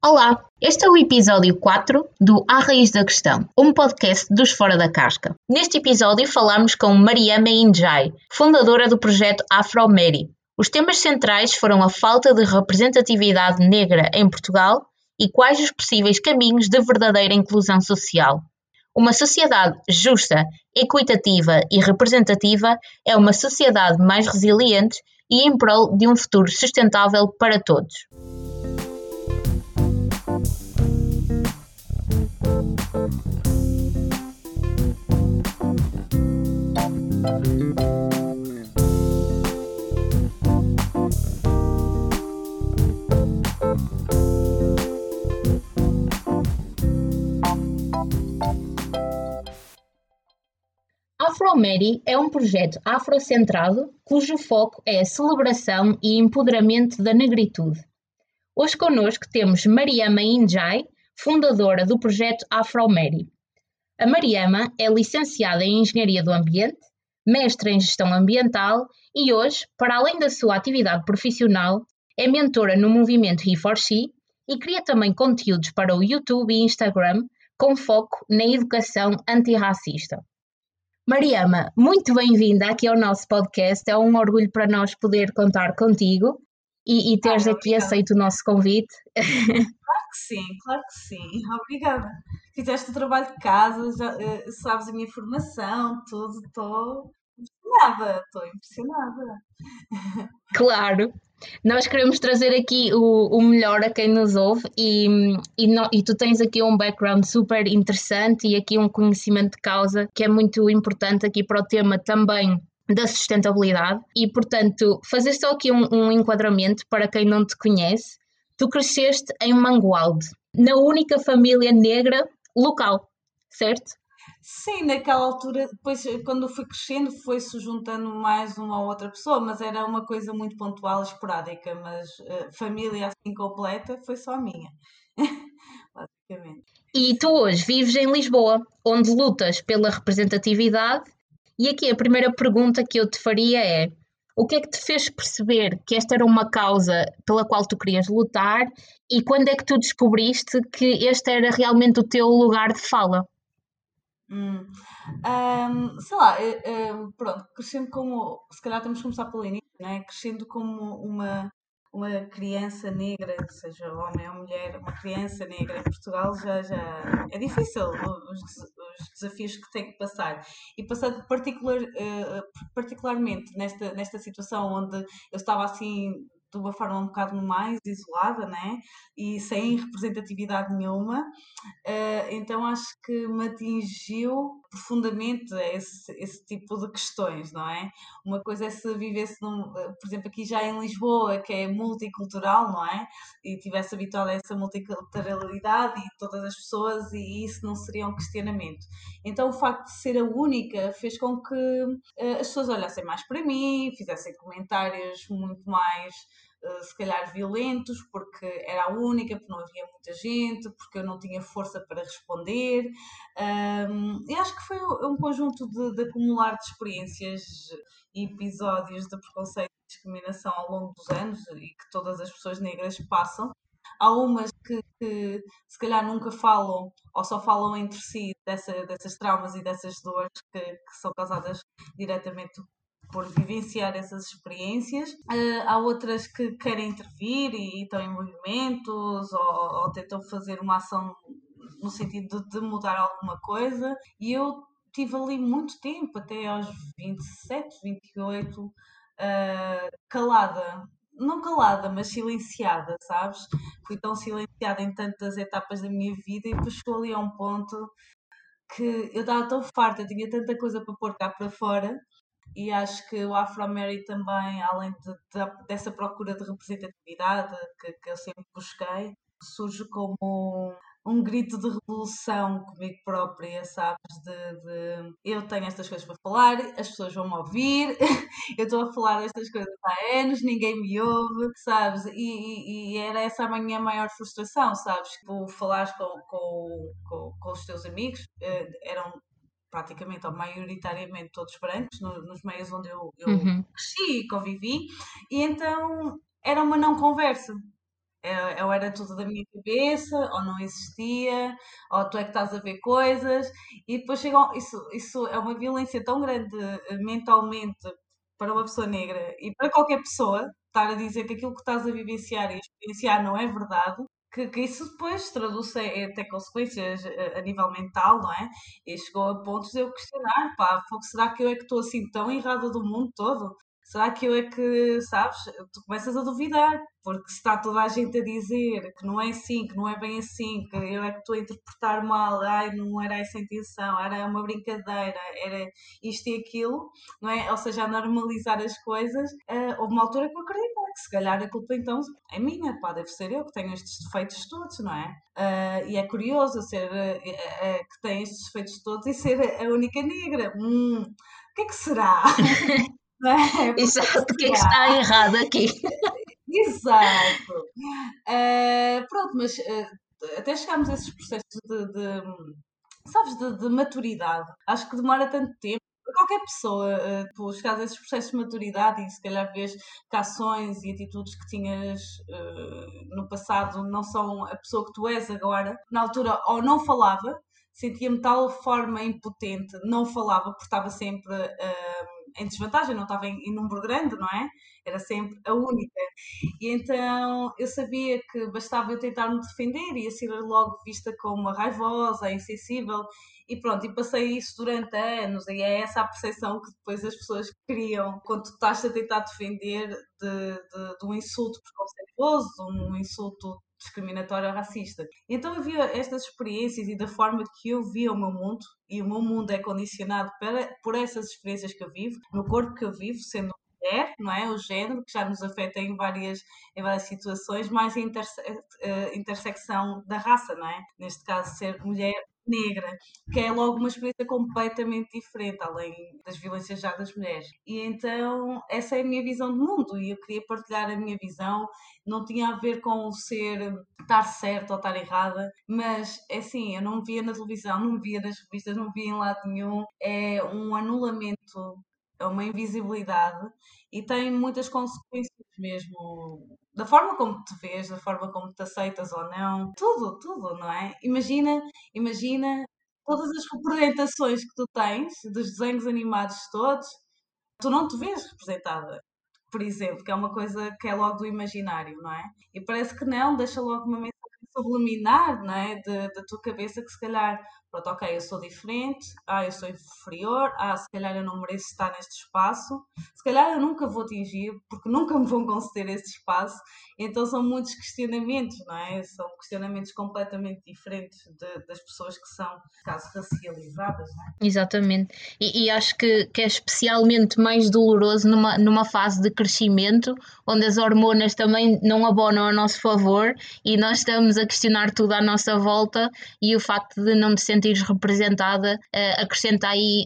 Olá, este é o episódio 4 do À Raiz da Questão, um podcast dos Fora da Casca. Neste episódio falamos com Mariama Injai, fundadora do projeto Afro-Meri. Os temas centrais foram a falta de representatividade negra em Portugal e quais os possíveis caminhos de verdadeira inclusão social. Uma sociedade justa, equitativa e representativa é uma sociedade mais resiliente e em prol de um futuro sustentável para todos. Afro-Meri é um projeto afrocentrado cujo foco é a celebração e empoderamento da negritude. Hoje connosco temos Mariama Injai, fundadora do projeto Afro-Meri. A Mariama é licenciada em Engenharia do Ambiente, mestre em Gestão Ambiental e hoje, para além da sua atividade profissional, é mentora no movimento He4She e cria também conteúdos para o YouTube e Instagram com foco na educação antirracista. Mariama, muito bem-vinda aqui ao nosso podcast, é um orgulho para nós poder contar contigo e teres aqui aceito o nosso convite. Claro que sim, obrigada. Fizeste o trabalho de casa, já, sabes a minha formação, tudo, estou impressionada. Claro, nós queremos trazer aqui o melhor a quem nos ouve e tu tens aqui um background super interessante e aqui um conhecimento de causa que é muito importante aqui para o tema também da sustentabilidade e, portanto, fazer só aqui um enquadramento para quem não te conhece. Tu cresceste em Mangualde, na única família negra local, certo? Sim, naquela altura, depois quando eu fui crescendo, foi-se juntando mais uma ou outra pessoa, mas era uma coisa muito pontual, esporádica, mas família assim completa foi só minha, basicamente. E tu hoje vives em Lisboa, onde lutas pela representatividade. E aqui a primeira pergunta que eu te faria é: o que é que te fez perceber que esta era uma causa pela qual tu querias lutar e quando é que tu descobriste que este era realmente o teu lugar de fala? Hum. Sei lá, pronto, crescendo como, se calhar temos que começar pelo início, né? Crescendo como uma criança negra, seja homem ou mulher, uma criança negra em Portugal já é difícil os desafios que tem que passar. E passando particularmente nesta situação onde eu estava assim de uma forma um bocado mais isolada, né? E sem representatividade nenhuma. Então acho que me atingiu profundamente esse tipo de questões, não é? Uma coisa é se vivesse, por exemplo, aqui já em Lisboa, que é multicultural, não é? E tivesse habituado a essa multiculturalidade e todas as pessoas, e isso não seria um questionamento. Então o facto de ser a única fez com que as pessoas olhassem mais para mim, fizessem comentários muito mais se calhar violentos, porque era a única, porque não havia muita gente, porque eu não tinha força para responder. E acho que foi um conjunto de acumular de experiências e episódios de preconceito e discriminação ao longo dos anos e que todas as pessoas negras passam. Há umas que se calhar nunca falam ou só falam entre si dessas traumas e dessas dores que são causadas diretamente por vivenciar essas experiências. Há outras que querem intervir e estão em movimentos ou tentam fazer uma ação no sentido de mudar alguma coisa. E eu tive ali muito tempo, até aos 27, 28, calada. Não calada, mas silenciada, sabes? Fui tão silenciada em tantas etapas da minha vida e depois chegou ali a um ponto que eu estava tão farta, tinha tanta coisa para pôr cá para fora e acho que o Afro-Meri também, além dessa procura de representatividade que eu sempre busquei, surge como um grito de revolução comigo própria, sabes? De eu tenho estas coisas para falar, as pessoas vão me ouvir, eu estou a falar destas coisas há anos, ninguém me ouve, sabes? E era essa a minha maior frustração, sabes? Tu falares com os teus amigos, eram praticamente ou maioritariamente todos brancos, nos meios onde eu Uhum. cresci e convivi, e então era uma não conversa. Ou era tudo da minha cabeça, ou não existia, ou tu é que estás a ver coisas, e depois chegam. Isso é uma violência tão grande mentalmente para uma pessoa negra e para qualquer pessoa estar a dizer que aquilo que estás a vivenciar e a experienciar não é verdade, que isso depois traduz até consequências a nível mental, não é? E chegou a pontos de eu questionar, pá, será que eu é que estou assim tão errada do mundo todo? Será que eu é que, sabes, tu começas a duvidar, porque se está toda a gente a dizer que não é assim, que não é bem assim, que eu é que estou a interpretar mal, ai, não era essa a intenção, era uma brincadeira, era isto e aquilo, não é? Ou seja, a normalizar as coisas, houve uma altura que eu acreditei que se calhar a culpa então é minha, pá, deve ser eu que tenho estes defeitos todos, não é? E é curioso ser que tem estes defeitos todos e ser a única negra. O que é que será? Não é? Porque é que Exato, o que é que está será? errado aqui? Exato. Pronto, mas até chegarmos a esses processos sabes, de maturidade. Acho que demora tanto tempo. Para qualquer pessoa, tu chegares a esses processos de maturidade e se calhar vês que ações e atitudes que tinhas no passado não são a pessoa que tu és agora, na altura ou não falava, sentia-me de tal forma impotente, não falava porque estava sempre em desvantagem, não estava em número grande, não é? Era sempre a única. E então eu sabia que bastava eu tentar me defender e ia ser logo vista como uma raivosa, insensível, e pronto, e passei isso durante anos, e é essa a percepção que depois as pessoas criam quando tu estás a tentar defender de um insulto preconceituoso, de um insulto discriminatório ou racista. Então eu via estas experiências e da forma que eu via o meu mundo, e o meu mundo é condicionado por essas experiências que eu vivo, no corpo que eu vivo, sendo mulher, não é? O género, que já nos afeta em várias situações, mais a intersecção da raça, não é? Neste caso, ser mulher negra, que é logo uma experiência completamente diferente, além das violências já das mulheres. E então, essa é a minha visão de mundo e eu queria partilhar a minha visão. Não tinha a ver com o ser estar certo ou estar errada, mas é assim, eu não via na televisão, não via nas revistas, não via em lado nenhum. É um anulamento, é uma invisibilidade e tem muitas consequências mesmo, da forma como te vês, da forma como te aceitas ou não, tudo, tudo, não é? Imagina todas as representações que tu tens dos desenhos animados todos, tu não te vês representada, por exemplo, que é uma coisa que é logo do imaginário, não é? E parece que não, deixa logo uma mensagem subliminar, não é? Da tua cabeça que se calhar, pronto, ok, eu sou diferente, eu sou inferior, se calhar eu não mereço estar neste espaço, se calhar eu nunca vou atingir, porque nunca me vão conceder esse espaço. Então são muitos questionamentos, não é? São questionamentos completamente diferentes das pessoas que são, no caso, racializadas, não é? Exatamente. E acho que é especialmente mais doloroso numa fase de crescimento, onde as hormonas também não abonam a nosso favor e nós estamos a questionar tudo à nossa volta e o facto de não te sentires representada acrescenta aí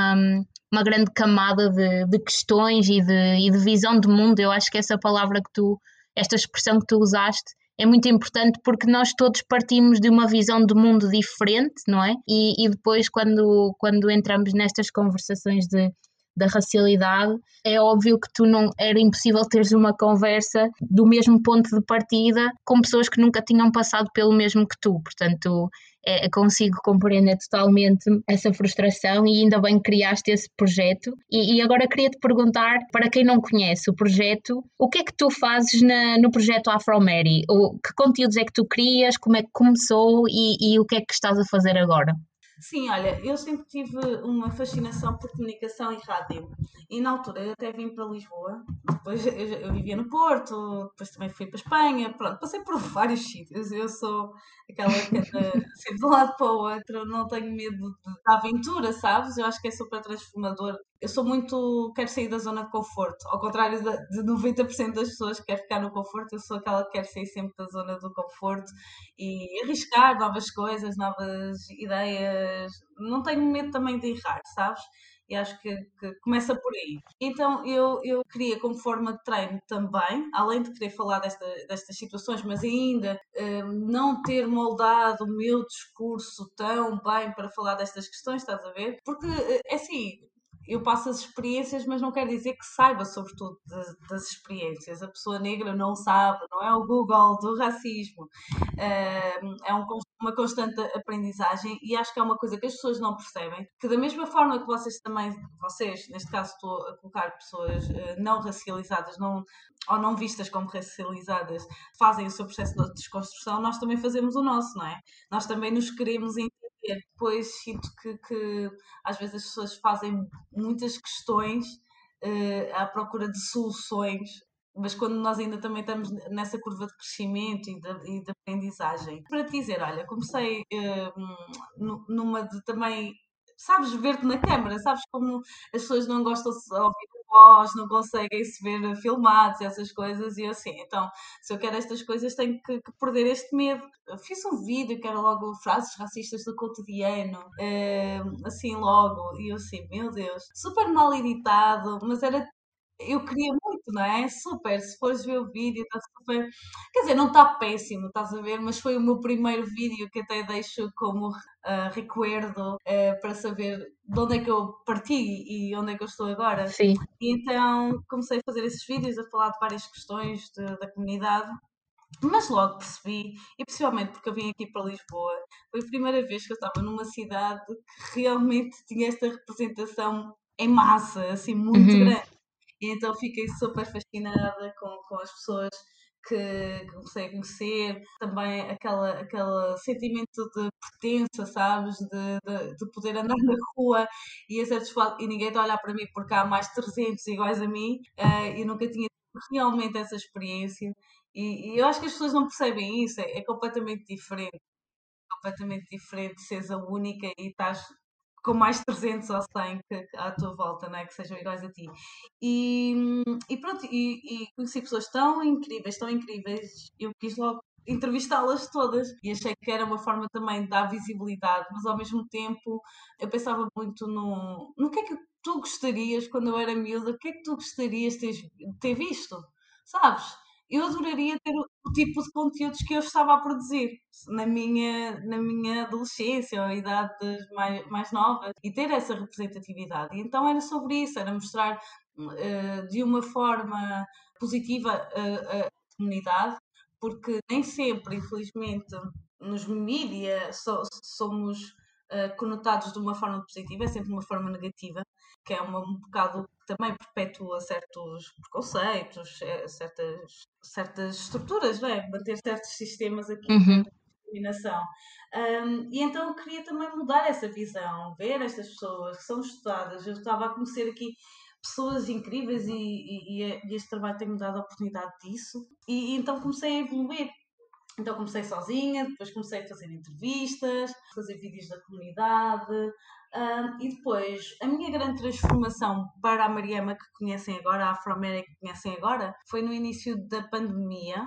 uma grande camada de questões e de visão de mundo. Eu acho que essa palavra esta expressão que tu usaste é muito importante porque nós todos partimos de uma visão do mundo diferente, não é? E depois, quando entramos nestas conversações da racialidade, é óbvio que tu não era impossível teres uma conversa do mesmo ponto de partida com pessoas que nunca tinham passado pelo mesmo que tu. Portanto, consigo compreender totalmente essa frustração e ainda bem que criaste esse projeto. E agora queria te perguntar, para quem não conhece o projeto, o que é que tu fazes no projeto AfroMary? Que conteúdos é que tu crias? Como é que começou e o que é que estás a fazer agora? Sim, olha, eu sempre tive uma fascinação por comunicação e rádio. E na altura eu até vim para Lisboa, depois eu vivia no Porto, depois também fui para Espanha, pronto, passei por vários sítios. Eu sou aquela que anda sempre de um lado para o outro, não tenho medo da aventura, sabes? Eu acho que é super transformador. Eu sou muito, quero sair da zona de conforto, ao contrário de 90% das pessoas que querem ficar no conforto, eu sou aquela que quer sair sempre da zona do conforto e arriscar novas coisas, novas ideias. Não tenho medo também de errar, sabes? E acho que começa por aí. Então eu queria, como forma de treino também, além de querer falar destas situações, mas ainda não ter moldado o meu discurso tão bem para falar destas questões, estás a ver? Porque, é assim, eu passo as experiências, mas não quer dizer que saiba sobretudo das experiências. A pessoa negra não sabe, não é o Google do racismo. É uma constante aprendizagem e acho que é uma coisa que as pessoas não percebem, que da mesma forma que vocês também, vocês, neste caso estou a colocar pessoas não racializadas, ou não vistas como racializadas, fazem o seu processo de desconstrução, nós também fazemos o nosso, não é? Nós também nos queremos entender. Depois sinto que às vezes as pessoas fazem muitas questões à procura de soluções, mas quando nós ainda também estamos nessa curva de crescimento e de aprendizagem. Para te dizer, olha, comecei numa de também, sabes, ver-te na câmara, sabes como as pessoas não gostam de ouvir a voz, não conseguem se ver filmados, essas coisas, e eu assim, então, se eu quero estas coisas, tenho que perder este medo. Eu fiz um vídeo que era logo frases racistas do cotidiano, assim logo, e eu assim, meu Deus, super mal editado, mas era eu queria muito, não é? Super, se fores ver o vídeo, está super. Quer dizer, não está péssimo, estás a ver? Mas foi o meu primeiro vídeo que até deixo como recuerdo para saber de onde é que eu parti e onde é que eu estou agora. Sim. E então comecei a fazer esses vídeos, a falar de várias questões da comunidade. Mas logo percebi, e principalmente porque eu vim aqui para Lisboa, foi a primeira vez que eu estava numa cidade que realmente tinha esta representação em massa, assim, muito Uhum. grande. E então fiquei super fascinada com as pessoas que comecei a conhecer, também aquele sentimento de pertença, sabes? De poder andar na rua e, a certos, e ninguém está a olhar para mim porque há mais de 300 iguais a mim, e nunca tinha tido realmente essa experiência. E eu acho que as pessoas não percebem isso, é completamente diferente seres a única e estás com mais 300 ou 100 à tua volta, não é? Que sejam iguais a ti. E pronto, e conheci pessoas tão incríveis, eu quis logo entrevistá-las todas e achei que era uma forma também de dar visibilidade, mas ao mesmo tempo eu pensava muito no que é que tu gostarias quando eu era miúda, o que é que tu gostarias de ter visto, sabes? Eu adoraria ter o tipo de conteúdos que eu estava a produzir na minha adolescência ou idades mais novas e ter essa representatividade. E então era sobre isso, era mostrar de uma forma positiva a comunidade, porque nem sempre, infelizmente, nos mídia somos conotados de uma forma positiva, é sempre de uma forma negativa, que é um bocado que também perpetua certos preconceitos, certas estruturas, não é? Manter certos sistemas aqui de Uhum. discriminação. E então eu queria também mudar essa visão, ver estas pessoas que são estudadas. Eu estava a conhecer aqui pessoas incríveis e este trabalho tem-me dado a oportunidade disso. E então comecei a evoluir. Então comecei sozinha, depois comecei a fazer entrevistas, fazer vídeos da comunidade, e depois a minha grande transformação para a Mariama que conhecem agora, a Afro-América que conhecem agora, foi no início da pandemia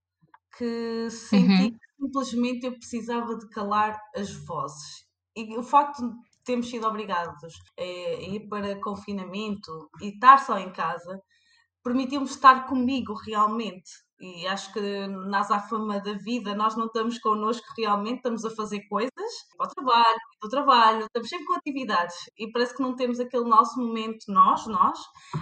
que senti Uhum. que simplesmente eu precisava de calar as vozes. E o facto de termos sido obrigados a ir para confinamento e estar só em casa permitiu-me estar comigo realmente. E acho que na azáfama da vida nós não estamos connosco realmente, estamos a fazer coisas para o trabalho, do trabalho, estamos sempre com atividades e parece que não temos aquele nosso momento nós,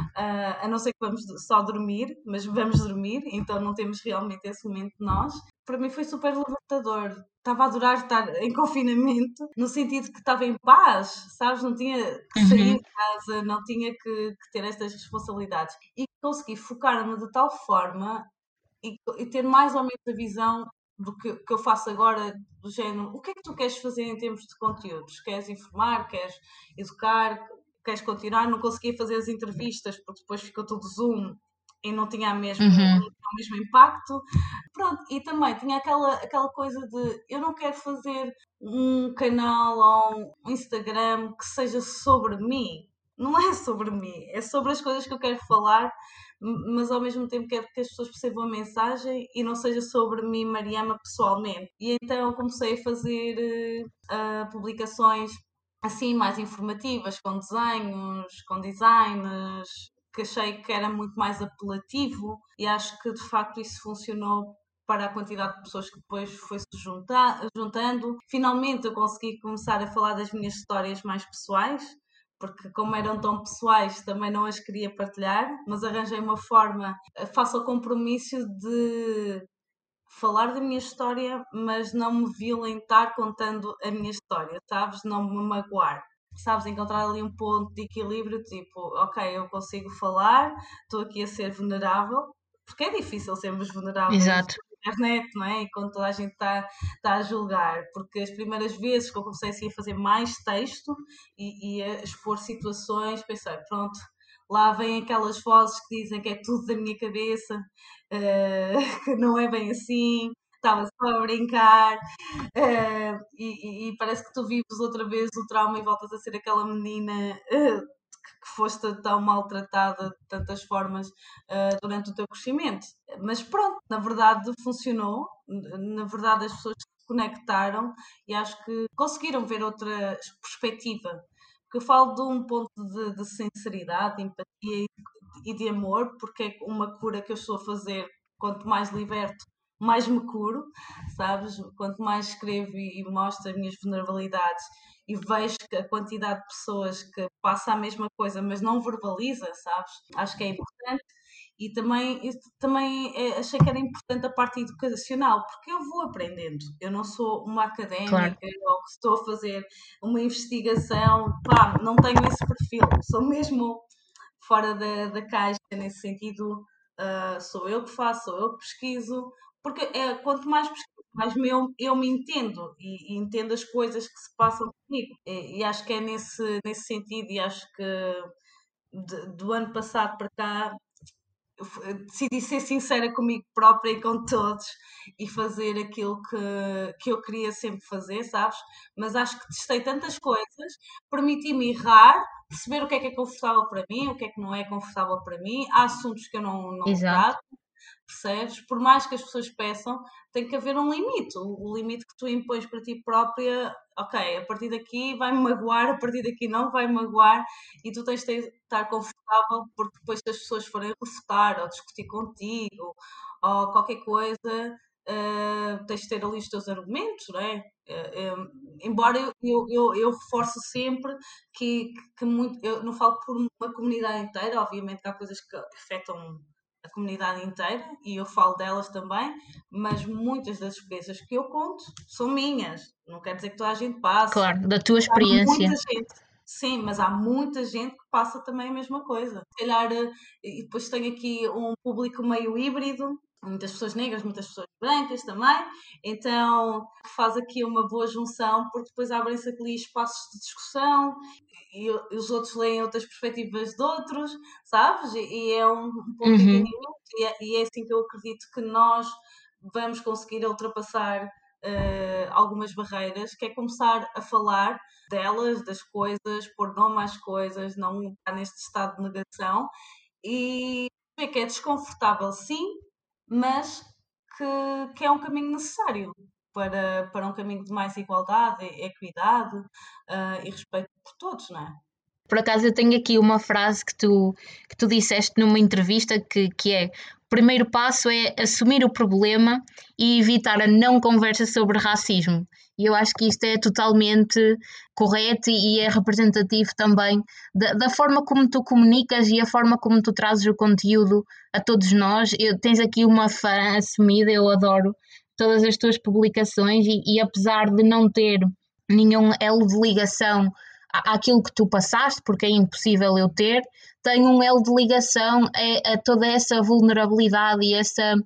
a não ser que vamos só dormir, mas vamos dormir, então não temos realmente esse momento nós. Para mim foi super libertador. Estava a adorar estar em confinamento, no sentido que estava em paz, sabes? Não tinha que sair Uhum. de casa, não tinha que ter estas responsabilidades. E consegui focar-me de tal forma e ter mais ou menos a visão do que eu faço agora, do género, o que é que tu queres fazer em termos de conteúdos? Queres informar? Queres educar? Queres continuar? Não conseguia fazer as entrevistas porque depois ficou tudo Zoom e não tinha Uhum. o mesmo impacto. Pronto, e também tinha aquela coisa de eu não quero fazer um canal ou um Instagram que seja sobre mim. Não é sobre mim, é sobre as coisas que eu quero falar, mas ao mesmo tempo quero que as pessoas percebam a mensagem e não seja sobre mim, Mariama, pessoalmente. E então comecei a fazer publicações assim mais informativas, com desenhos, com designs, que achei que era muito mais apelativo e acho que de facto isso funcionou para a quantidade de pessoas que depois foi-se juntando. Finalmente eu consegui começar a falar das minhas histórias mais pessoais, porque como eram tão pessoais, também não as queria partilhar, mas arranjei uma forma, faço o compromisso de falar da minha história, mas não me violentar contando a minha história, sabes? Não me magoar. Sabes, encontrar ali um ponto de equilíbrio, tipo, ok, eu consigo falar, estou aqui a ser vulnerável, porque é difícil sermos vulneráveis Exato. na internet, não é? E quando toda a gente está a julgar, porque as primeiras vezes que eu comecei assim, a fazer mais texto e a expor situações, pensei, pronto, lá vêm aquelas vozes que dizem que é tudo da minha cabeça, que não é bem assim, estava só a brincar, e parece que tu vives outra vez o trauma e voltas a ser aquela menina que foste tão maltratada de tantas formas durante o teu crescimento. Mas pronto, na verdade funcionou, na verdade as pessoas se conectaram e acho que conseguiram ver outra perspectiva. Porque eu falo de um ponto de sinceridade, de empatia e de amor, porque é uma cura que eu estou a fazer. Quanto mais liberto, mais me curo, sabes? Quanto mais escrevo e mostro as minhas vulnerabilidades e vejo que a quantidade de pessoas que passa a mesma coisa, mas não verbaliza, sabes? Acho que é importante. E também achei que era importante a parte educacional, porque eu vou aprendendo. Eu não sou uma Claro. académica ou que estou a fazer uma investigação, pá, não tenho esse perfil. Sou mesmo fora da caixa nesse sentido. Sou eu que faço, sou eu que pesquiso, porque quanto mais pesquiso, mais eu me entendo e entendo as coisas que se passam comigo. E acho que é nesse sentido, e acho que do ano passado para cá decidi ser sincera comigo própria e com todos e fazer aquilo que eu queria sempre fazer, sabes? Mas acho que testei tantas coisas, permiti-me errar, perceber o que é confortável para mim, o que é que não é confortável para mim. Há assuntos que eu não Exato. trato, percebes? Por mais que as pessoas peçam, tem que haver um limite. O limite que tu impões para ti própria, ok, a partir daqui vai-me magoar, a partir daqui não vai magoar, e tu tens de estar confortável, porque depois se as pessoas forem refutar ou discutir contigo ou qualquer coisa, tens de ter ali os teus argumentos, não é? Embora eu reforço sempre que muito, eu não falo por uma comunidade inteira, obviamente que há coisas que afetam a comunidade inteira e eu falo delas também, mas muitas das experiências que eu conto são minhas. Não quer dizer que toda a gente passe. Claro, da tua Há muita experiência. gente, sim, mas há muita gente que passa também a mesma coisa. Se calhar, e depois tenho aqui um público meio híbrido, muitas pessoas negras, muitas pessoas brancas também, então faz aqui uma boa junção, porque depois abrem-se ali espaços de discussão e os outros leem outras perspectivas de outros, sabes? E é um ponto de Uhum. entendimento, e é assim que eu acredito que nós vamos conseguir ultrapassar algumas barreiras, que é começar a falar delas, das coisas, pôr nome às coisas, não estar neste estado de negação e ver que é desconfortável, sim, mas que é um caminho necessário para um caminho de mais igualdade, equidade e respeito por todos, não é? Por acaso eu tenho aqui uma frase que tu disseste numa entrevista que é: o primeiro passo é assumir o problema e evitar a não conversa sobre racismo. E eu acho que isto é totalmente correto e é representativo também da forma como tu comunicas e a forma como tu trazes o conteúdo a todos nós. Tens aqui uma fã assumida, eu adoro todas as tuas publicações e apesar de não ter nenhum elo de ligação àquilo que tu passaste, porque é impossível eu ter, tenho um elo de ligação a toda essa vulnerabilidade e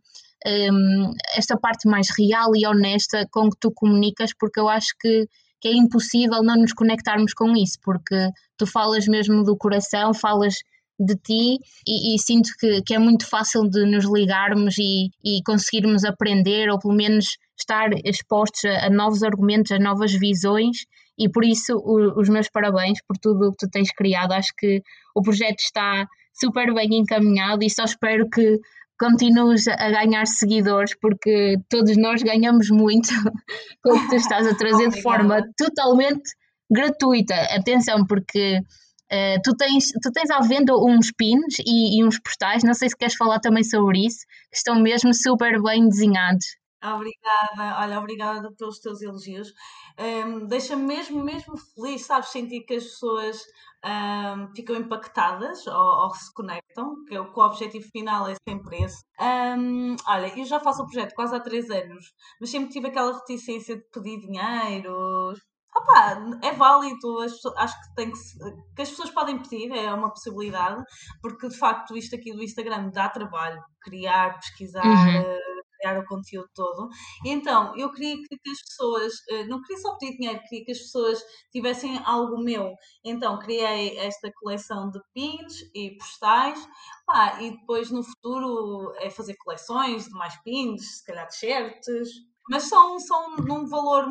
esta parte mais real e honesta com que tu comunicas, porque eu acho que é impossível não nos conectarmos com isso, porque tu falas mesmo do coração, falas de ti e sinto que é muito fácil de nos ligarmos e conseguirmos aprender ou pelo menos estar expostos a novos argumentos, a novas visões e por isso os meus parabéns por tudo o que tu tens criado. Acho que o projeto está super bem encaminhado e só espero que continues a ganhar seguidores porque todos nós ganhamos muito com o que tu estás a trazer de forma Obrigada. totalmente gratuita. Atenção, porque tu tens à venda uns pins e uns postais, não sei se queres falar também sobre isso, que estão mesmo super bem desenhados. Obrigada, olha, obrigada pelos teus elogios. Deixa-me mesmo feliz, sabes, sentir que as pessoas ficam impactadas ou se conectam, que o objetivo final é sempre esse. Olha, eu já faço o projeto quase há 3 anos, mas sempre tive aquela reticência de pedir dinheiro. Opá, é válido, acho que que as pessoas podem pedir, é uma possibilidade, porque de facto isto aqui do Instagram dá trabalho, criar, pesquisar, Uhum, criar o conteúdo todo. E então, eu queria que as pessoas, não queria só pedir dinheiro, queria que as pessoas tivessem algo meu. Então, criei esta coleção de pins e postais, pá, e depois no futuro é fazer coleções de mais pins, se calhar t-shirts. Mas são num valor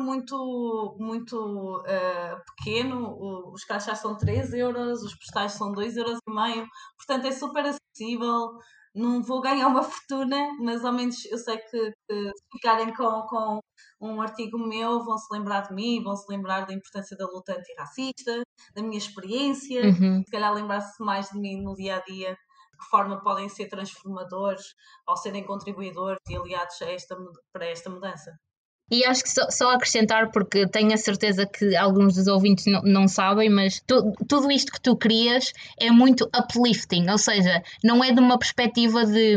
muito pequeno. Os crachás são 3 euros, os postais são 2,5 euros. Portanto, é super acessível. Não vou ganhar uma fortuna, mas ao menos eu sei que se ficarem com um artigo meu, vão se lembrar de mim, vão se lembrar da importância da luta antirracista, da minha experiência, uhum. se calhar lembrar-se mais de mim no dia a dia, de que forma podem ser transformadores ao serem contribuidores e aliados para esta mudança. E acho que só acrescentar, porque tenho a certeza que alguns dos ouvintes não sabem, mas tudo isto que tu crias é muito uplifting, ou seja, não é de uma perspectiva de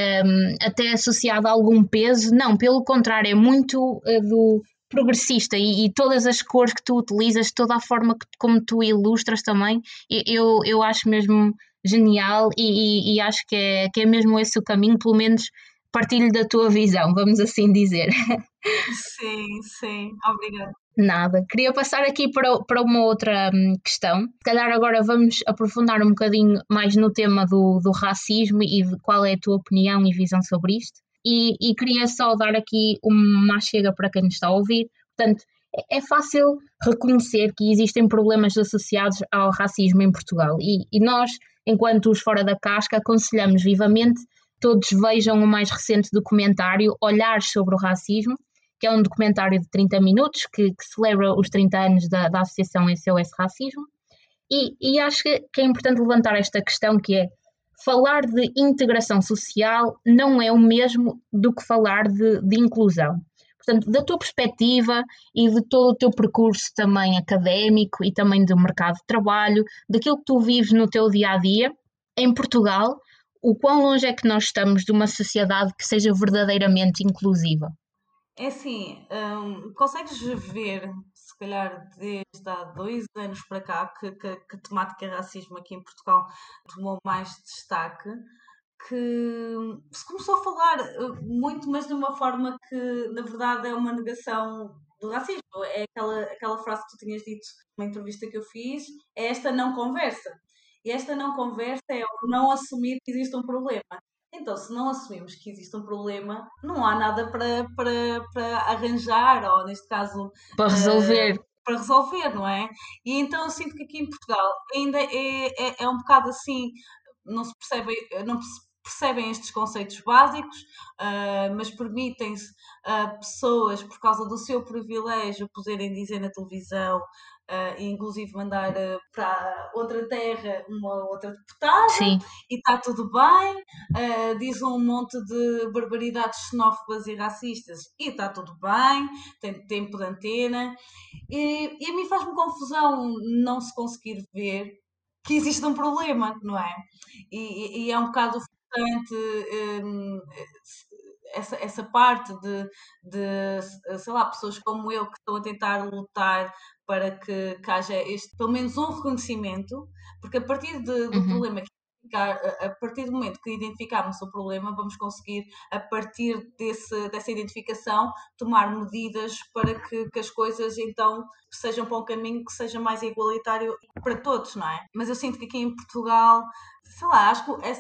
até associado a algum peso, não, pelo contrário, é muito do progressista e todas as cores que tu utilizas, toda a forma como tu ilustras também, eu acho mesmo genial e acho que é mesmo esse o caminho, pelo menos partilho da tua visão, vamos assim dizer. Sim, sim, obrigada. Nada. Queria passar aqui para uma outra questão. Se calhar agora vamos aprofundar um bocadinho mais no tema do racismo e de qual é a tua opinião e visão sobre isto. E queria só dar aqui uma chega para quem nos está a ouvir. Portanto, é fácil reconhecer que existem problemas associados ao racismo em Portugal. E nós, enquanto os fora da casca, aconselhamos vivamente todos vejam o mais recente documentário Olhares sobre o Racismo, que é um documentário de 30 minutos que celebra os 30 anos da Associação SOS Racismo. E acho que é importante levantar esta questão que é falar de integração social não é o mesmo do que falar de inclusão. Portanto, da tua perspectiva e de todo o teu percurso também académico e também do mercado de trabalho, daquilo que tu vives no teu dia a dia, em Portugal, o quão longe é que nós estamos de uma sociedade que seja verdadeiramente inclusiva? É assim, consegues ver, se calhar desde há 2 anos para cá, que a temática racismo aqui em Portugal tomou mais destaque, que se começou a falar muito, mas de uma forma que, na verdade, é uma negação do racismo. É aquela frase que tu tinhas dito numa entrevista que eu fiz, é esta não conversa. E esta não conversa é o não assumir que existe um problema. Então, se não assumimos que existe um problema, não há nada para arranjar, ou neste caso, Para eh, resolver. para resolver, não é? E então eu sinto que aqui em Portugal ainda é um bocado assim, não se percebem estes conceitos básicos, mas permitem-se a pessoas, por causa do seu privilégio, poderem dizer na televisão, e inclusive mandar para outra terra uma outra deputada, Sim. e está tudo bem, diz um monte de barbaridades xenófobas e racistas, e está tudo bem, tem tempo de antena, e a mim faz-me confusão não se conseguir ver que existe um problema, não é? E é um bocado frustrante essa parte sei lá, pessoas como eu que estão a tentar lutar para que haja pelo menos um reconhecimento, porque a partir do Uhum. problema que a partir do momento que identificarmos o problema, vamos conseguir, a partir dessa identificação, tomar medidas para que as coisas então sejam para um caminho que seja mais igualitário para todos, não é? Mas eu sinto que aqui em Portugal, sei lá, acho que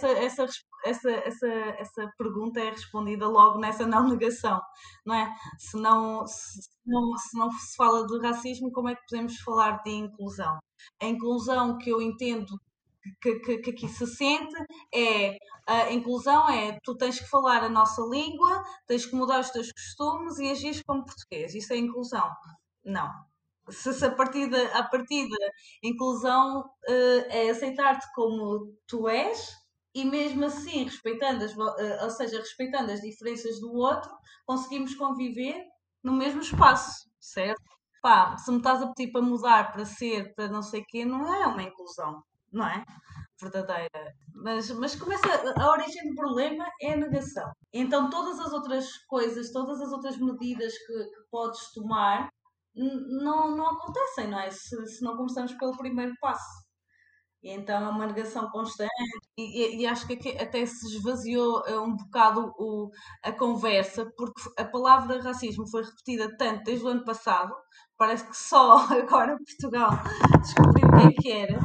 essa pergunta é respondida logo nessa não negação, não é? Se não se fala de racismo, como é que podemos falar de inclusão? A inclusão que eu entendo que aqui se sente é a inclusão é tu tens que falar a nossa língua, tens que mudar os teus costumes e agir como português. Isso é inclusão? Não. Se a partir da inclusão é aceitar-te como tu és e mesmo assim, ou seja, respeitando as diferenças do outro, conseguimos conviver no mesmo espaço, certo? Pá, se me estás a pedir para mudar, para ser, para não sei o quê, não é uma inclusão, não é? Verdadeira. Mas começa, a origem do problema é a negação. Então todas as outras coisas, todas as outras medidas que podes tomar não acontecem, não é? Se não começamos pelo primeiro passo. E então é uma negação constante e acho que até se esvaziou um bocado a conversa, porque a palavra racismo foi repetida tanto desde o ano passado, parece que só agora Portugal descobriu o que é que era.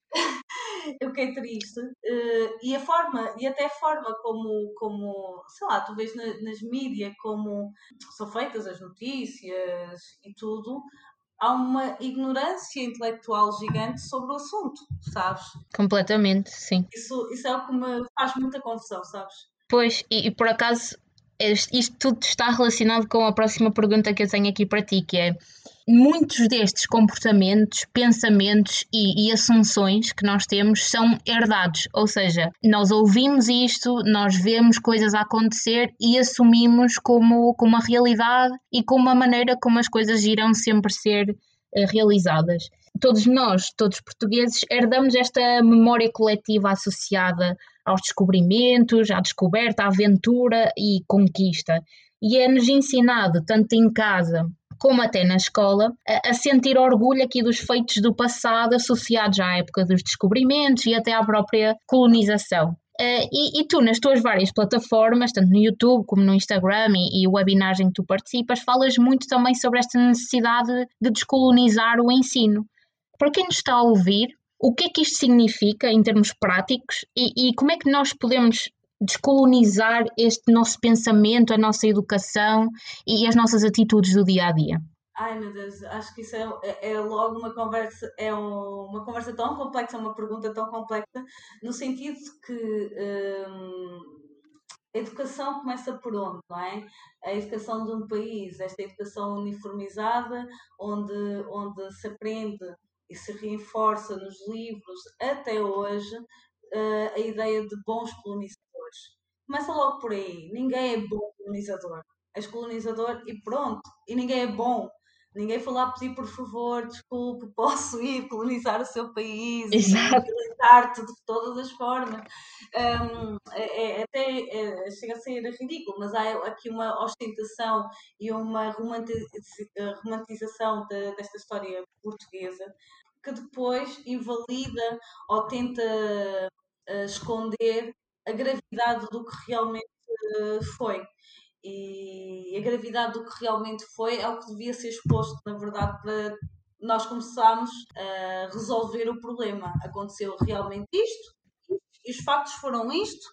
Eu fiquei triste. E a forma, e até a forma como sei lá, tu vês nas mídias como são feitas as notícias e tudo, há uma ignorância intelectual gigante sobre o assunto, sabes? Completamente, sim. Isso é o que me faz muita confusão, sabes? Pois, e por acaso, isto tudo está relacionado com a próxima pergunta que eu tenho aqui para ti, que é muitos destes comportamentos, pensamentos e assunções que nós temos são herdados, ou seja, nós ouvimos isto, nós vemos coisas a acontecer e assumimos como a realidade e como a maneira como as coisas irão sempre ser realizadas. Todos nós, todos portugueses, herdamos esta memória coletiva associada aos descobrimentos, à descoberta, à aventura e conquista. E é-nos ensinado, tanto em casa como até na escola, a sentir orgulho aqui dos feitos do passado associados à época dos descobrimentos e até à própria colonização. E tu, nas tuas várias plataformas, tanto no YouTube como no Instagram e webinars em que tu participas, falas muito também sobre esta necessidade de descolonizar o ensino. Para quem nos está a ouvir, o que é que isto significa em termos práticos e como é que nós podemos descolonizar este nosso pensamento, a nossa educação e as nossas atitudes do dia a dia? Ai meu Deus, acho que isso é logo uma conversa, uma conversa tão complexa, uma pergunta tão complexa, no sentido de que a educação começa por onde, não é? A educação de um país, esta educação uniformizada, onde se aprende e se reforça nos livros até hoje a ideia de bons colonizadores. Começa logo por aí. Ninguém é bom colonizador. És colonizador e pronto. E ninguém é bom. Ninguém foi lá pedir, por favor, desculpe, posso ir colonizar o seu país e Exato. militar-te de todas as formas. Até chega a ser ridículo, mas há aqui uma ostentação e uma romantização desta história portuguesa que depois invalida ou tenta esconder a gravidade do que realmente foi. E a gravidade do que realmente foi é o que devia ser exposto, na verdade, para nós começarmos a resolver o problema. Aconteceu realmente isto, e os factos foram isto.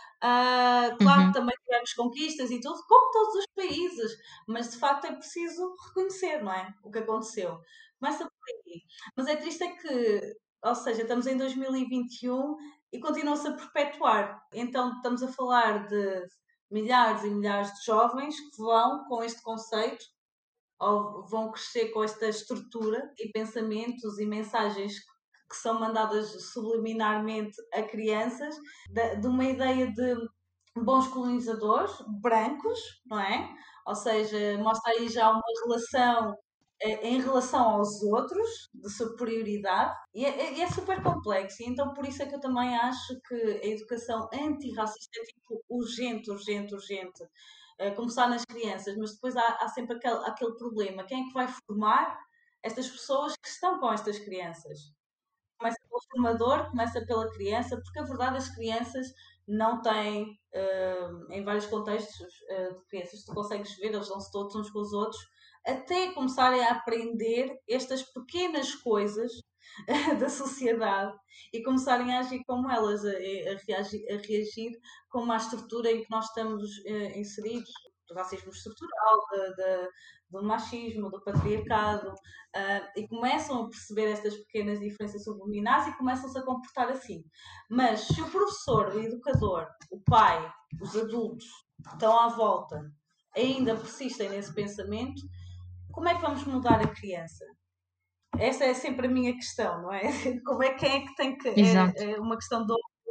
Claro que Uhum. também tivemos conquistas e tudo, como todos os países, mas de facto é preciso reconhecer, não é? O que aconteceu. Começa por aí. Mas é triste é que, ou seja, estamos em 2021 e continua-se a perpetuar. Então estamos a falar de milhares e milhares de jovens que vão com este conceito ou vão crescer com esta estrutura e pensamentos e mensagens que são mandadas subliminarmente a crianças de uma ideia de bons colonizadores brancos, não é? Ou seja, mostra aí já uma relação em relação aos outros, de superioridade, e é super complexo. E então, por isso é que eu também acho que a educação antirracista é tipo urgente, urgente, urgente. Começar nas crianças, mas depois há sempre aquele problema: quem é que vai formar estas pessoas que estão com estas crianças? Começa pelo formador, começa pela criança, porque a verdade as crianças não têm, em vários contextos de crianças, tu consegues ver, eles dão-se todos uns com os outros, até começarem a aprender estas pequenas coisas da sociedade e começarem a agir como elas, a reagir como a estrutura em que nós estamos inseridos, do racismo estrutural, do machismo, do patriarcado, e começam a perceber estas pequenas diferenças subliminares e começam-se a comportar assim. Mas se o professor, o educador, o pai, os adultos que estão à volta ainda persistem nesse pensamento, como é que vamos mudar a criança? Essa é sempre a minha questão, não é? Como é quem é que tem que. Exato. É uma questão de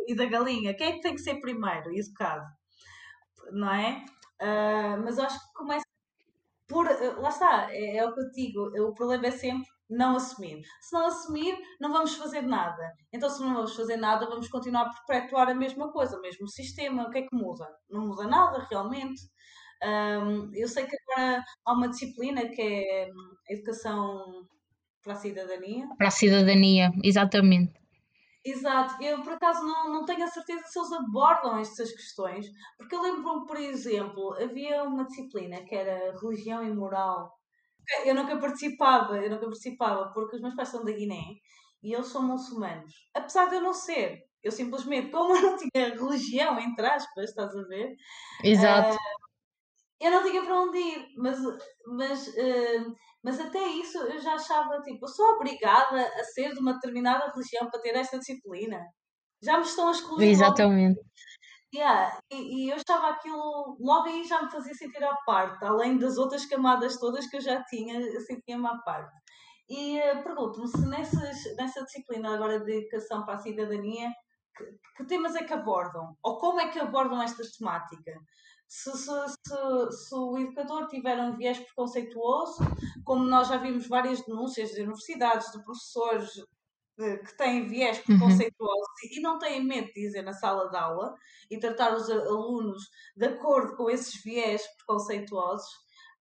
e da galinha. Quem é que tem que ser primeiro, educado? Não é? Mas eu acho que começa lá está, é o que eu digo, o problema é sempre não assumir. Se não assumir, não vamos fazer nada. Então, se não vamos fazer nada, vamos continuar a perpetuar a mesma coisa, o mesmo sistema. O que é que muda? Não muda nada, realmente. Eu sei que agora há uma disciplina que é Educação para a Cidadania. Para a cidadania, exatamente. Exato, eu por acaso não tenho a certeza se eles abordam estas questões, porque eu lembro-me, por exemplo, havia uma disciplina que era Religião e Moral. Eu nunca participava, porque os meus pais são da Guiné e eles são muçulmanos. Apesar de eu não ser, eu simplesmente, como eu não tinha religião, entre aspas, estás a ver? Exato, Eu não tinha para onde ir, mas, eh, mas até isso eu já achava, tipo, eu sou obrigada a ser de uma determinada religião para ter esta disciplina. Já me estão a excluir logo. exatamente. Yeah, e eu estava aquilo, logo aí já me fazia sentir à parte, além das outras camadas todas que eu já tinha, eu sentia-me à parte. E pergunto-me se nessa disciplina agora de educação para a cidadania, que temas é que abordam? Ou como é que abordam esta temática? Se o educador tiver um viés preconceituoso, como nós já vimos várias denúncias de universidades, de professores que têm viés Uhum. preconceituoso e não têm medo de dizer na sala de aula e tratar os alunos de acordo com esses viés preconceituosos,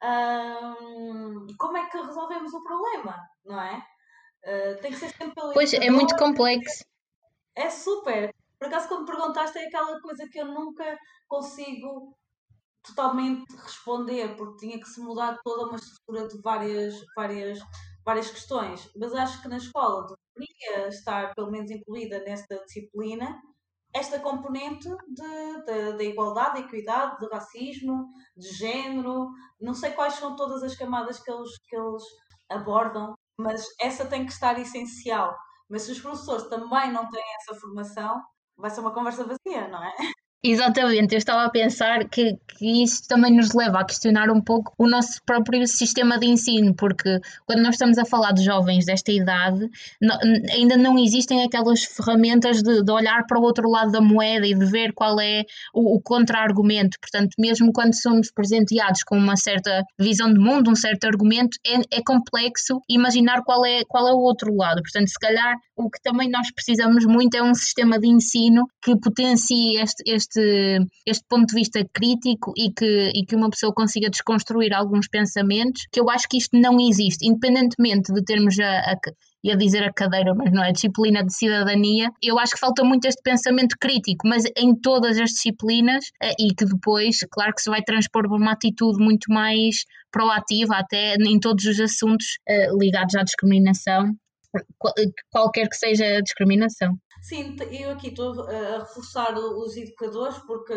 como é que resolvemos o problema, não é? Tem que ser sempre pelo Pois é muito educador, complexo. é super. Por acaso, quando me perguntaste, é aquela coisa que eu nunca consigo totalmente responder, porque tinha que se mudar toda uma estrutura de várias questões. Mas acho que na escola deveria estar, pelo menos, incluída nesta disciplina, esta componente da igualdade, da equidade, do racismo, de género. Não sei quais são todas as camadas que eles abordam, mas essa tem que estar essencial. Mas se os professores também não têm essa formação, vai ser uma conversa vazia, não é? Exatamente, eu estava a pensar que isso também nos leva a questionar um pouco o nosso próprio sistema de ensino, porque quando nós estamos a falar de jovens desta idade, ainda não existem aquelas ferramentas de olhar para o outro lado da moeda e de ver qual é o contra-argumento. Portanto, mesmo quando somos presenteados com uma certa visão de mundo, um certo argumento, é complexo imaginar qual é o outro lado. Portanto, se calhar o que também nós precisamos muito é um sistema de ensino que potencie este ponto de vista crítico e que uma pessoa consiga desconstruir alguns pensamentos, que eu acho que isto não existe, independentemente de termos ia dizer a cadeira, mas não é, a disciplina de cidadania, eu acho que falta muito este pensamento crítico, mas em todas as disciplinas, e que depois, claro que se vai transpor por uma atitude muito mais proativa, até em todos os assuntos ligados à discriminação, qualquer que seja a discriminação. Sim, eu aqui estou a reforçar os educadores porque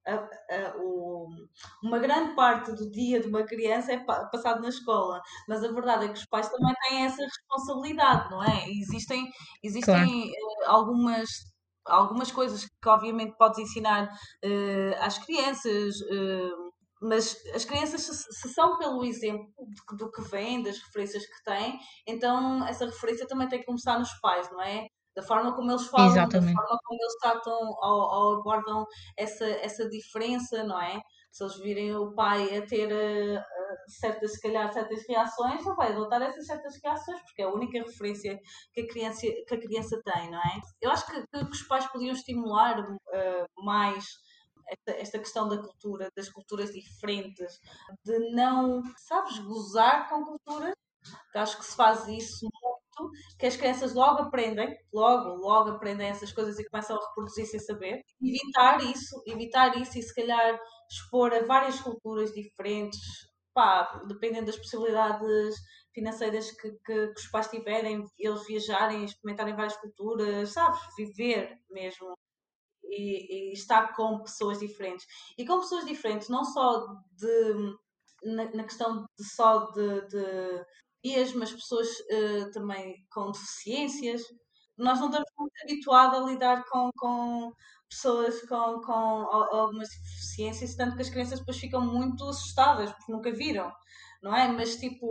uma grande parte do dia de uma criança é passado na escola, mas a verdade é que os pais também têm essa responsabilidade, não é? E Claro, existem algumas coisas que obviamente podes ensinar às crianças, mas as crianças, se são pelo exemplo do que vêm, das referências que têm, então essa referência também tem que começar nos pais, não é? Da forma como eles falam, da exatamente. forma como eles tratam ou abordam essa diferença, não é? Se eles virem o pai a ter certas, se calhar, certas reações, ele vai adotar essas certas reações, porque é a única referência que a criança tem, não é? Eu acho que os pais podiam estimular mais esta questão da cultura, das culturas diferentes, de não, sabes, gozar com culturas, que acho que se faz isso muito, que as crianças logo aprendem essas coisas e começam a reproduzir sem saber. Evitar isso e se calhar expor a várias culturas diferentes, pá, dependendo das possibilidades financeiras que os pais tiverem, eles viajarem, experimentarem várias culturas, sabes? Viver mesmo e estar com pessoas diferentes. E com pessoas diferentes, não só na questão de só de dias, mas pessoas também com deficiências. Nós não estamos muito habituados a lidar com pessoas com algumas deficiências, tanto que as crianças depois ficam muito assustadas porque nunca viram, não é? Mas tipo,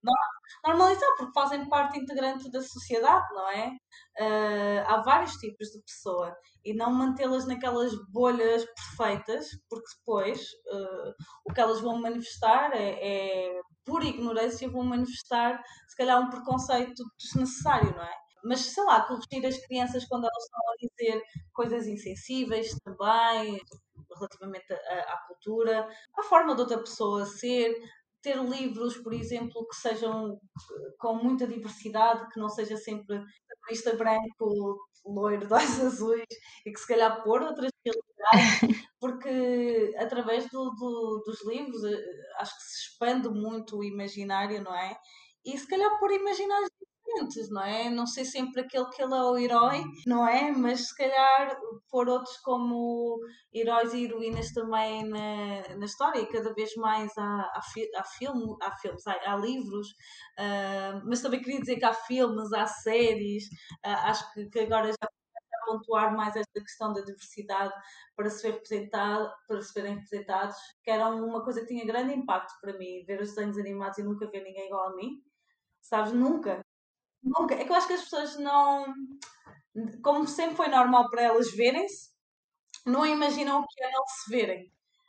Normalizar, porque fazem parte integrante da sociedade, não é? Há vários tipos de pessoa e não mantê-las naquelas bolhas perfeitas, porque depois o que elas vão manifestar por ignorância, vão manifestar se calhar um preconceito desnecessário, não é? Mas sei lá, corrigir as crianças quando elas estão a dizer coisas insensíveis também, relativamente à cultura, à forma de outra pessoa ser, ter livros, por exemplo, que sejam com muita diversidade, que não seja sempre protagonista branco, loiro, de olhos azuis, e que se calhar pôr outras realidades, porque através dos livros acho que se expande muito o imaginário, não é? E se calhar pôr imaginários diferentes, não é? Não ser sempre aquele que ele é o herói, não é? Mas se calhar pôr outros como heróis e heroínas também na história, e cada vez mais há filmes, há livros, mas também queria dizer que há filmes, há séries, acho que agora já a pontuar mais esta questão da diversidade para se ver representado, para se verem representados, que era uma coisa que tinha grande impacto para mim, ver os desenhos animados e nunca ver ninguém igual a mim, sabes? Nunca, nunca. É que eu acho que as pessoas não, como sempre foi normal para elas verem-se, não imaginam o que é não se verem.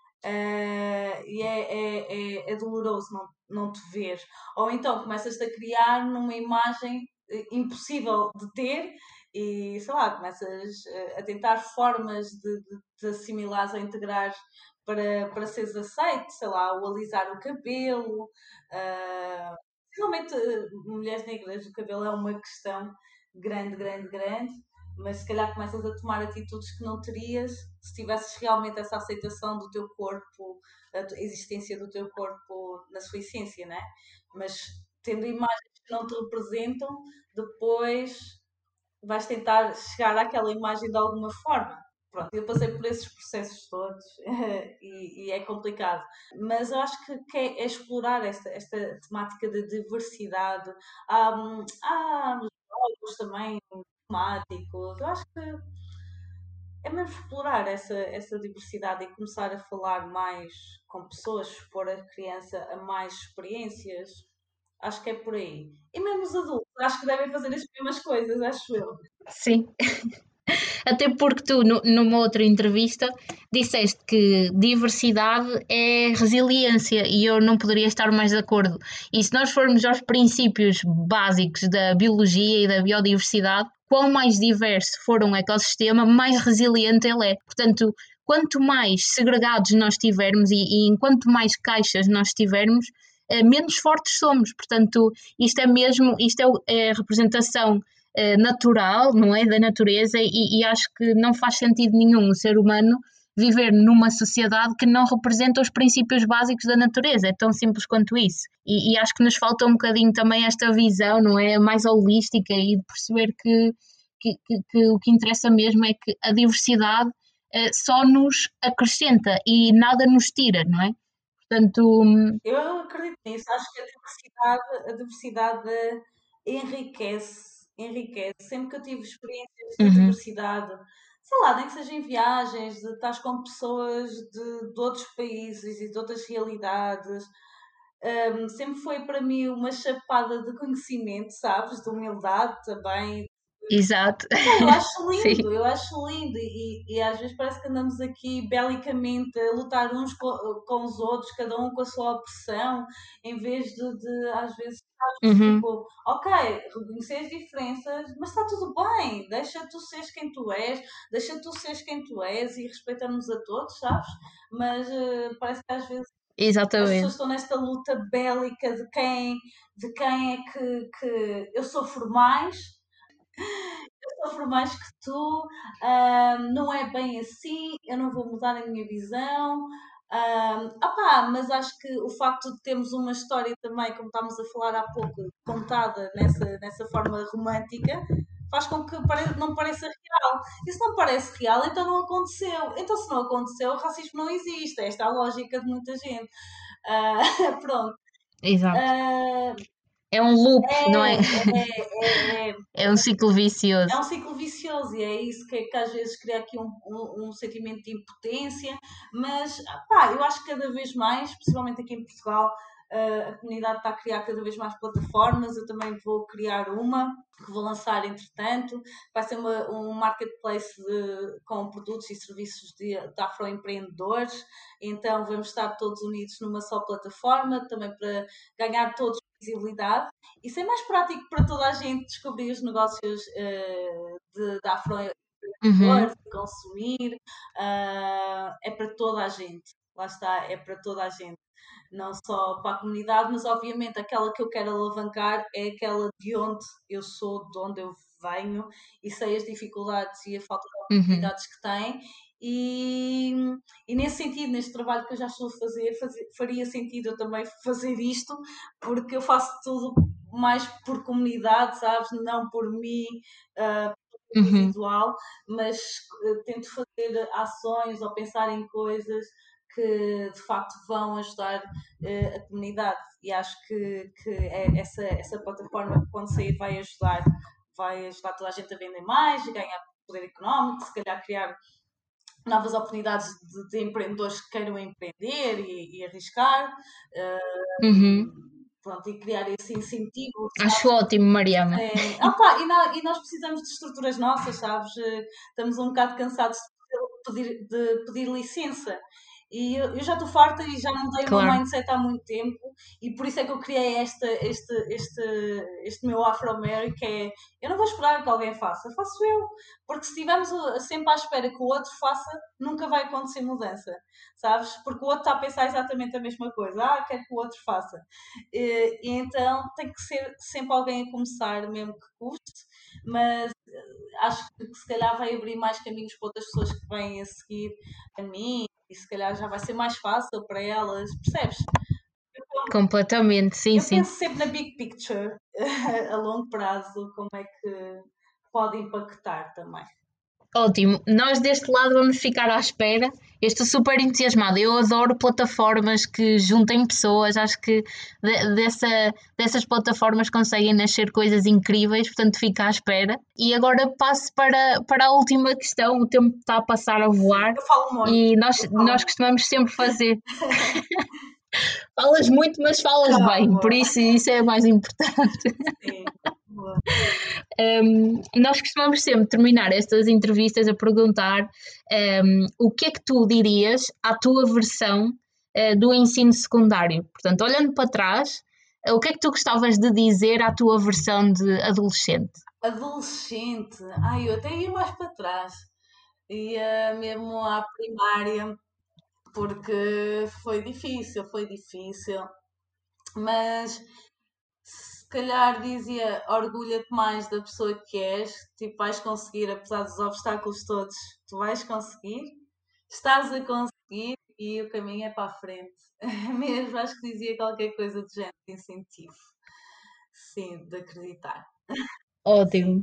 E é doloroso não te ver. Ou então começas-te a criar numa imagem impossível de ter e, sei lá, começas a tentar formas de assimilares ou integrar para seres aceito, sei lá, o alisar o cabelo. Principalmente mulheres negras, o cabelo é uma questão grande, grande, grande, mas se calhar começas a tomar atitudes que não terias se tivesses realmente essa aceitação do teu corpo, a existência do teu corpo na sua essência, né? Mas tendo imagens que não te representam, depois vais tentar chegar àquela imagem de alguma forma. Pronto, eu passei por esses processos todos e é complicado. Mas eu acho que é explorar esta temática de diversidade. Há jogos também temáticos. Eu acho que é mesmo explorar essa diversidade e começar a falar mais com pessoas, expor a criança a mais experiências. Acho que é por aí. E mesmo os adultos, acho que devem fazer as mesmas coisas, acho eu. Sim. Até porque tu, numa outra entrevista, disseste que diversidade é resiliência e eu não poderia estar mais de acordo. E se nós formos aos princípios básicos da biologia e da biodiversidade, quão mais diverso for um ecossistema, mais resiliente ele é. Portanto, quanto mais segregados nós tivermos e enquanto mais caixas nós tivermos, menos fortes somos. Portanto, isto é a representação natural, não é? Da natureza e acho que não faz sentido nenhum o ser humano viver numa sociedade que não representa os princípios básicos da natureza, é tão simples quanto isso. E acho que nos falta um bocadinho também esta visão, não é? Mais holística e de perceber que o que interessa mesmo é que a diversidade só nos acrescenta e nada nos tira, não é? Portanto, Eu acredito nisso. Acho que a diversidade enriquece, enriquece. Sempre que eu tive experiências de uhum, diversidade, sei lá, nem que seja em viagens, de estar com pessoas de outros países e de outras realidades, sempre foi para mim uma chapada de conhecimento, sabes? De humildade também. exato, Pá, sim, eu acho lindo e às vezes parece que andamos aqui belicamente a lutar uns com os outros, cada um com a sua opressão, em vez de às vezes, sabes, uhum, tipo, ok, reconhecer as diferenças, mas está tudo bem, deixa tu seres quem tu és, deixa tu seres quem tu és e respeitamos a todos, sabes? Mas parece que às vezes as pessoas exatamente, estão nesta luta bélica de quem é que eu sofro mais, sofro mais que tu, não é bem assim, eu não vou mudar a minha visão. Opá, mas acho que o facto de termos uma história também, como estávamos a falar há pouco, contada nessa forma romântica, faz com que não pareça real. E se não parece real, então não aconteceu. Então, se não aconteceu, o racismo não existe. Esta é a lógica de muita gente. Ah, pronto. exato. Ah, É um loop, não é? é É um ciclo é vicioso. um ciclo vicioso e é isso que às vezes cria aqui um sentimento de impotência, mas pá, eu acho que cada vez mais, principalmente aqui em Portugal, a comunidade está a criar cada vez mais plataformas, eu também vou criar uma que vou lançar entretanto, vai ser um marketplace com produtos e serviços de afroempreendedores, então vamos estar todos unidos numa só plataforma, também para ganhar todos visibilidade e ser mais prático para toda a gente descobrir os negócios de afroempreendedores, de consumir, é para toda a gente, lá está, é para toda a gente. Não só para a comunidade, mas obviamente aquela que eu quero alavancar é aquela de onde eu sou, de onde eu venho e sei as dificuldades e a falta de oportunidades que tem. E nesse sentido, neste trabalho que eu já estou a faria sentido eu também fazer isto, porque eu faço tudo mais por comunidade, sabes? Não por mim, individual, mas tento fazer ações ou pensar em coisas que de facto vão ajudar a comunidade e acho que essa plataforma quando sair vai ajudar toda a gente a vender mais, a ganhar poder económico, se calhar criar novas oportunidades de empreendedores que queiram empreender e arriscar, pronto, e criar esse incentivo. Acho ótimo, Mariana. E nós precisamos de estruturas nossas, sabes? Estamos um bocado cansados de pedir licença. E eu já estou farta e já não tenho o meu mindset há muito tempo e por isso é que eu criei este meu Afro-Mary, que é, eu não vou esperar que alguém faça, faço eu, porque se estivermos sempre à espera que o outro faça, nunca vai acontecer mudança, sabes? Porque o outro está a pensar exatamente a mesma coisa, quero que o outro faça. E então tem que ser sempre alguém a começar, mesmo que custe, mas acho que se calhar vai abrir mais caminhos para outras pessoas que vêm a seguir a mim e se calhar já vai ser mais fácil para elas, percebes? Completamente, sim, sim. Eu penso sempre na big picture, a longo prazo, como é que pode impactar também. Ótimo, nós deste lado vamos ficar à espera. Eu estou super entusiasmada. Eu adoro plataformas que juntem pessoas. Acho que dessas plataformas conseguem nascer coisas incríveis, portanto fico à espera. E agora passo para a última questão. O tempo está a passar a voar. Eu falo muito. E nós costumamos sempre fazer. Falas muito, mas falas bem, por isso é mais importante. Sim. Nós costumamos sempre terminar estas entrevistas a perguntar o que é que tu dirias à tua versão do ensino secundário. Portanto, olhando para trás, o que é que tu gostavas de dizer à tua versão de adolescente? Adolescente? Eu até ia mais para trás. Ia mesmo à primária, porque foi difícil, mas se calhar dizia orgulha-te mais da pessoa que és, tipo, vais conseguir, apesar dos obstáculos todos, tu vais conseguir, estás a conseguir e o caminho é para a frente. Mesmo acho que dizia qualquer coisa do género de incentivo, sim, de acreditar. Ótimo.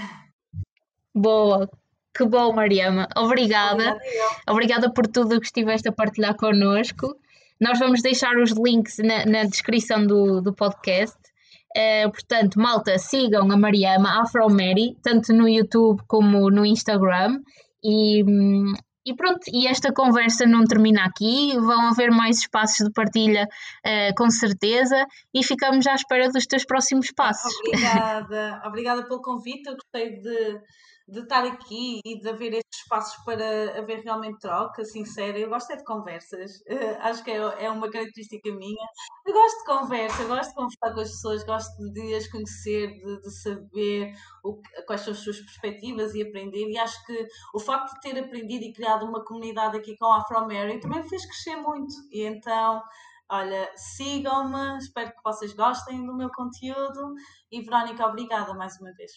Boa. Que bom, Mariama. Obrigada. Obrigada por tudo que estiveste a partilhar connosco. Nós vamos deixar os links na descrição do podcast. Portanto, malta, sigam a Mariama Afro-Mary, tanto no YouTube como no Instagram. E pronto, e esta conversa não termina aqui, vão haver mais espaços de partilha, com certeza, e ficamos à espera dos teus próximos passos. Obrigada pelo convite, eu gostei de estar aqui e de haver estes espaços para haver realmente troca sincera. Eu gosto de conversas, acho que é uma característica minha. Eu gosto de conversa, eu gosto de conversar com as pessoas, gosto de as conhecer, de saber quais são as suas perspectivas e aprender. E acho que o facto de ter aprendido e criado uma comunidade aqui com a Afro-Mary também me fez crescer muito. E então, olha, sigam-me, espero que vocês gostem do meu conteúdo. E Verónica, obrigada mais uma vez.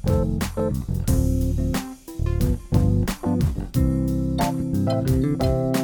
Thank you.